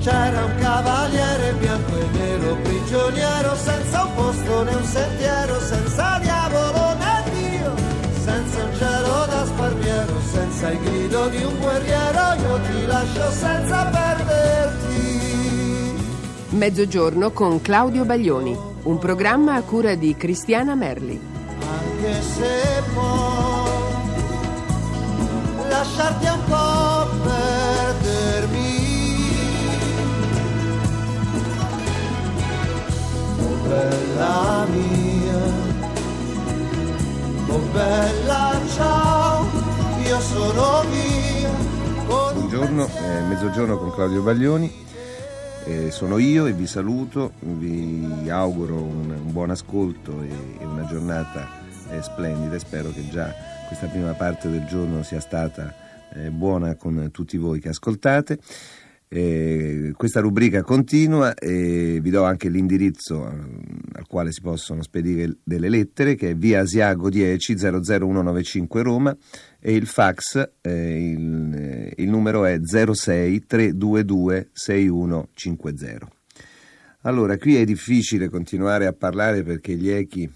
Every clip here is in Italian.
C'era un cavaliere bianco e nero, prigioniero, senza un posto né un sentiero, senza diavolo né Dio, senza un cielo da sparviero, senza il grido di un guerriero, io ti lascio senza perderti. Mezzogiorno con Claudio Baglioni, un programma a cura di Cristiana Merli. Anche se può lasciarti un po' perdermi. Oh bella mia, oh bella ciao, io sono via. Buongiorno, Mezzogiorno con Claudio Baglioni. Sono io e vi saluto, vi auguro un buon ascolto e una giornata splendida. Spero che già questa prima parte del giorno sia stata buona con tutti voi che ascoltate. Questa rubrica continua e vi do anche l'indirizzo al quale si possono spedire delle lettere, che è via Asiago 10 00195 Roma, e il fax, il numero è 06 322 6150. Allora, qui è difficile continuare a parlare perché gli echi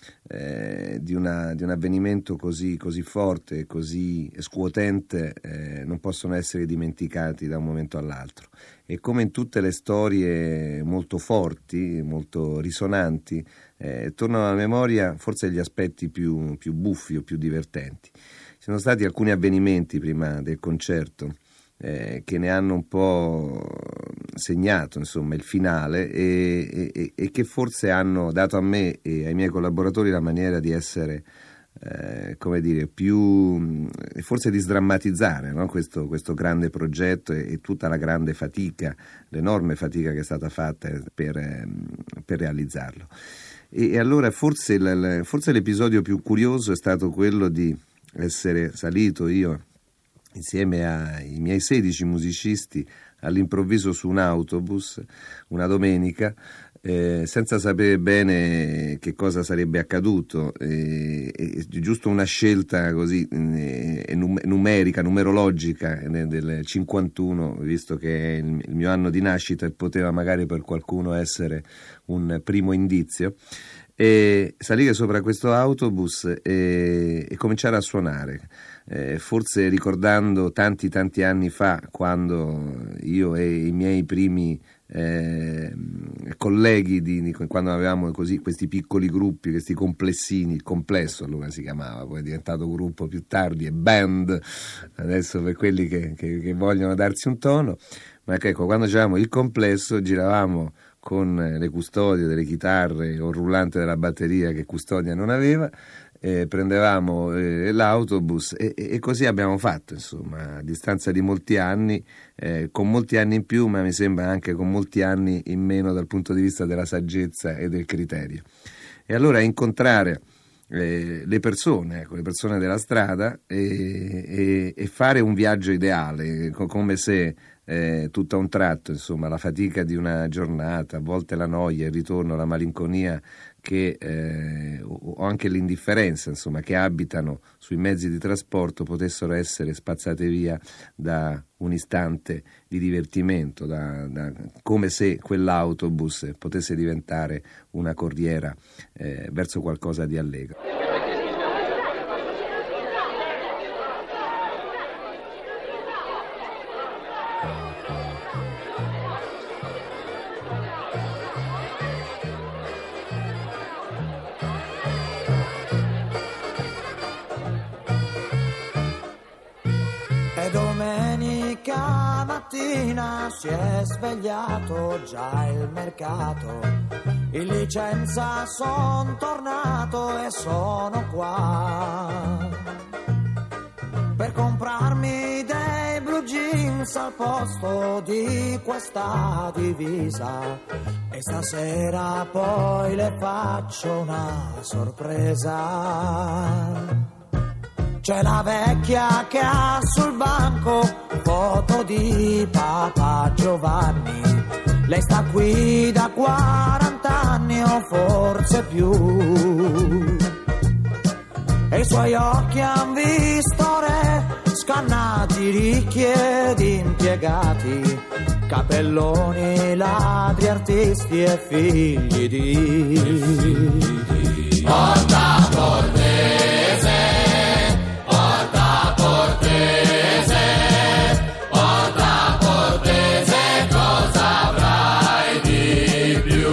di un avvenimento così forte e così scuotente non possono essere dimenticati da un momento all'altro, e come in tutte le storie molto forti, molto risonanti, tornano alla memoria forse gli aspetti più buffi o più divertenti. Ci sono stati alcuni avvenimenti prima del concerto che ne hanno un po' segnato, insomma, il finale e che forse hanno dato a me e ai miei collaboratori la maniera di essere, come dire, più, forse di sdrammatizzare, no? questo grande progetto e tutta la grande fatica, l'enorme fatica che è stata fatta per realizzarlo. E allora forse l'episodio più curioso è stato quello di essere salito io insieme ai miei 16 musicisti all'improvviso su un autobus una domenica, senza sapere bene che cosa sarebbe accaduto, giusto una scelta così numerica, numerologica del 51, visto che è il mio anno di nascita e poteva magari per qualcuno essere un primo indizio, e salire sopra questo autobus e cominciare a suonare, forse ricordando tanti anni fa, quando io e i miei primi colleghi quando avevamo così questi piccoli gruppi, questi complessini, il complesso allora si chiamava, poi è diventato gruppo più tardi e band adesso per quelli che vogliono darsi un tono, ma ecco, quando c'avevamo il complesso giravamo con le custodie delle chitarre o il rullante della batteria che custodia non aveva, prendevamo l'autobus e così abbiamo fatto, insomma, a distanza di molti anni, con molti anni in più, ma mi sembra anche con molti anni in meno dal punto di vista della saggezza e del criterio. E allora incontrare le persone della strada e fare un viaggio ideale, come se tutto a un tratto, insomma, la fatica di una giornata, a volte la noia, il ritorno, la malinconia o anche l'indifferenza, insomma, che abitano sui mezzi di trasporto potessero essere spazzate via da un istante di divertimento, come se quell'autobus potesse diventare una corriera verso qualcosa di allegro. Domenica mattina si è svegliato già il mercato, in licenza son tornato e sono qua per comprarmi dei blue jeans al posto di questa divisa, e stasera poi le faccio una sorpresa. C'è la vecchia che ha sul banco foto di Papa Giovanni. Lei sta qui da 40 anni o forse più, e i suoi occhi han visto re scannati, ricchi ed impiegati, capelloni, ladri, artisti e figli di Porta Portese, Porta Portese, Porta Portese, cosa avrai di più?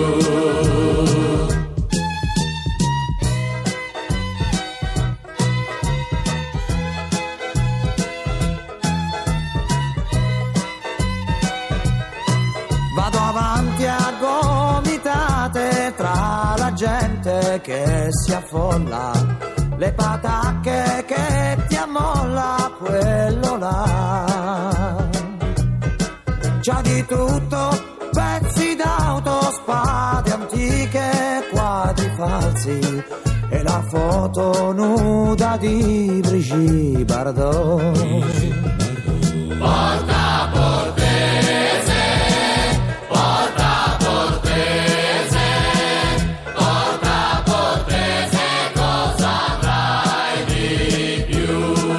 Vado avanti a gomitate tra la gente che si affolla, le patacche che ti ammolla quello là. C'ha di tutto, pezzi d'auto, spade antiche, quadri falsi e la foto nuda di Brigitte Bardot. Porta Portese, Porta Portese, Porta Portese, cosa avrai di più?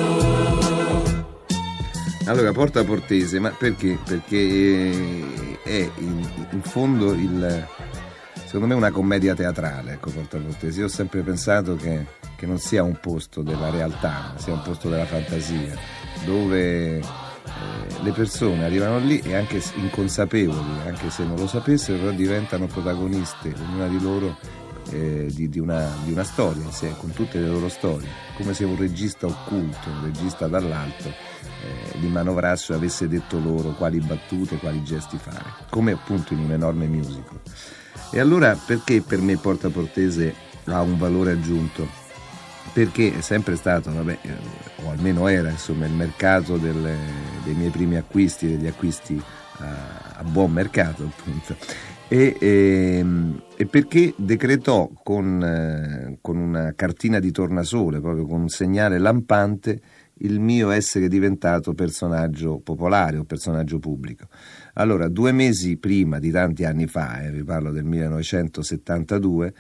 Allora, Porta Portese, ma perché? Perché è in fondo secondo me una commedia teatrale, ecco, Porta Portese. Io ho sempre pensato che non sia un posto della realtà, ma sia un posto della fantasia, dove le persone arrivano lì e anche inconsapevoli, anche se non lo sapessero, però diventano protagoniste, ognuna di loro di una storia in sé, con tutte le loro storie, come se un regista occulto, un regista dall'alto, li manovrasse e avesse detto loro quali battute, quali gesti fare, come appunto in un enorme musical. E allora perché per me Porta Portese ha un valore aggiunto? Perché è sempre stato, o almeno era, insomma, il mercato dei miei primi acquisti, degli acquisti a buon mercato, appunto. E perché decretò con una cartina di tornasole, proprio con un segnale lampante, il mio essere diventato personaggio popolare o personaggio pubblico. Allora, 2 mesi prima di tanti anni fa, vi parlo del 1972,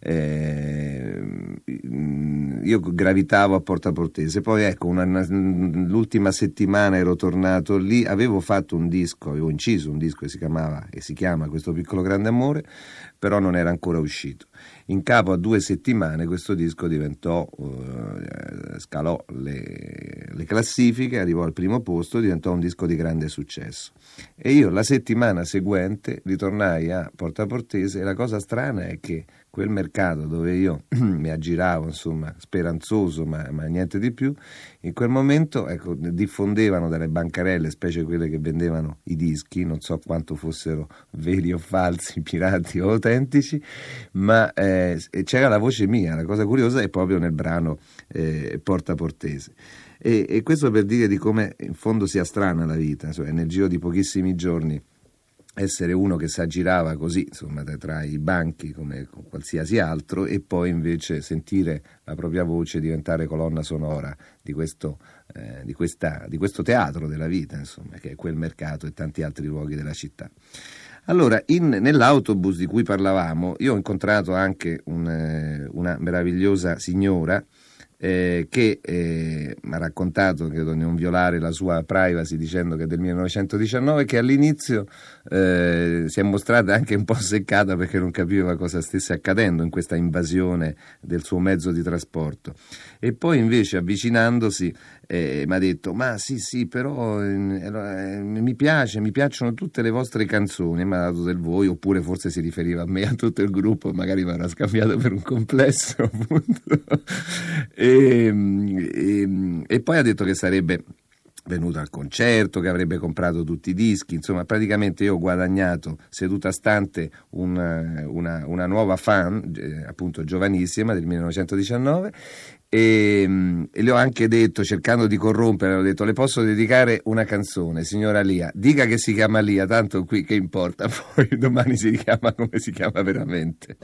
io gravitavo a Porta Portese, poi ecco, l'ultima settimana ero tornato lì, avevo inciso un disco che si chiama Questo piccolo grande amore, però non era ancora uscito. In capo a 2 settimane questo disco scalò le classifiche, arrivò al primo posto, diventò un disco di grande successo. E io la settimana seguente ritornai a Porta Portese e la cosa strana è che quel mercato dove io mi aggiravo, insomma, speranzoso ma niente di più, in quel momento, ecco, diffondevano dalle bancarelle, specie quelle che vendevano i dischi, non so quanto fossero veri o falsi, pirati o autentici, ma c'era la voce mia. La cosa curiosa è proprio nel brano Porta Portese. E questo per dire di come in fondo sia strana la vita, insomma, nel giro di pochissimi giorni essere uno che si aggirava così, insomma, tra i banchi come qualsiasi altro, e poi invece sentire la propria voce diventare colonna sonora di questo teatro della vita, insomma, che è quel mercato e tanti altri luoghi della città. Allora, nell'autobus di cui parlavamo, io ho incontrato anche una meravigliosa signora che mi ha raccontato, credo di non violare la sua privacy dicendo che è del 1919, che all'inizio si è mostrata anche un po' seccata perché non capiva cosa stesse accadendo in questa invasione del suo mezzo di trasporto, e poi invece avvicinandosi mi ha detto: ma sì, però mi piacciono tutte le vostre canzoni, e mi ha dato del voi, oppure forse si riferiva a me, a tutto il gruppo, magari mi avrà scambiato per un complesso, appunto. E poi ha detto che sarebbe venuto al concerto, che avrebbe comprato tutti i dischi, insomma praticamente io ho guadagnato seduta stante una nuova fan, appunto giovanissima, del 1919, e le ho anche detto, cercando di corrompere, ho detto: le posso dedicare una canzone, signora Lia, dica che si chiama Lia, tanto qui che importa, poi domani si chiama come si chiama veramente.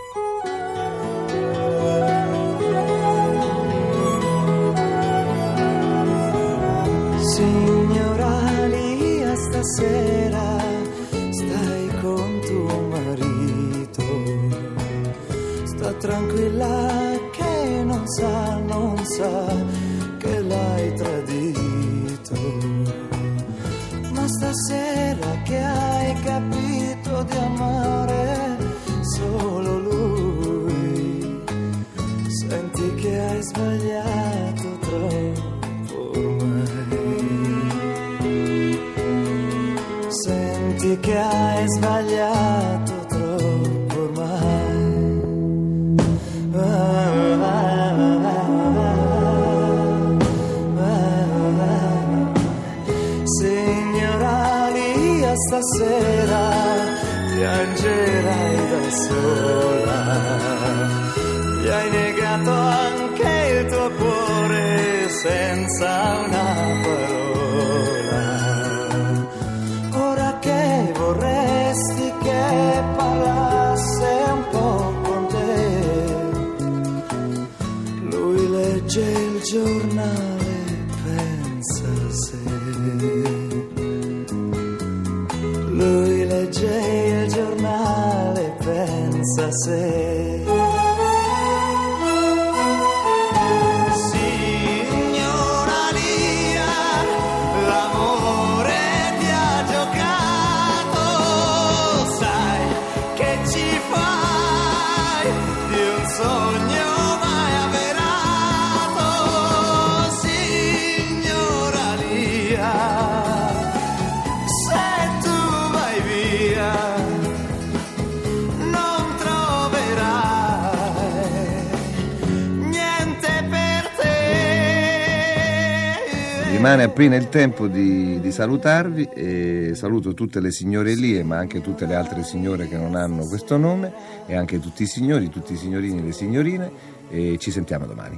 Signora Lia, stasera stai con tuo marito, sta tranquilla che non sa che l'hai tradito, ma stasera che senti che hai sbagliato troppo ormai. Signora Lia, stasera piangerai da sola, gli hai negato anche il tuo cuore senza una parola. Ora che vorresti che parlasse un po' con te, lui legge il giornale, pensa se lui legge il giornale, pensa se. Signora Lia, l'amore ti ha giocato, sai che ci fai di un sogno mai avverato. Signora Lia, rimane appena il tempo di salutarvi, e saluto tutte le signore Lie, ma anche tutte le altre signore che non hanno questo nome, e anche tutti i signori, tutti i signorini e le signorine, e ci sentiamo domani.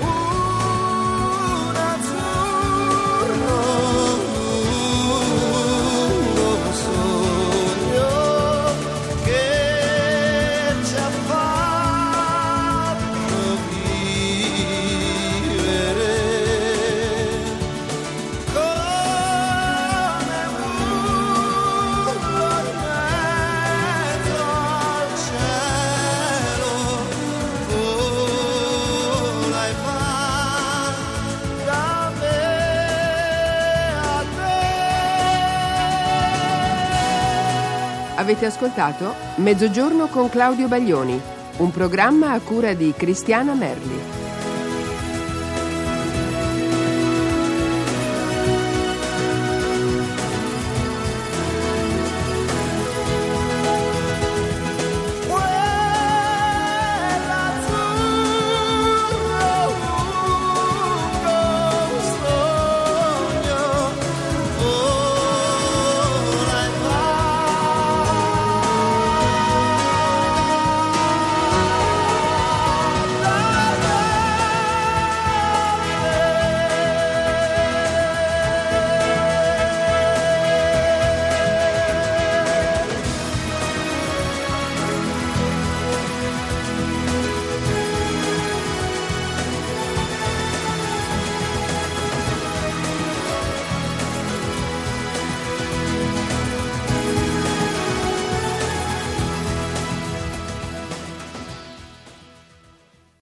Avete ascoltato Mezzogiorno con Claudio Baglioni, un programma a cura di Cristiana Merli.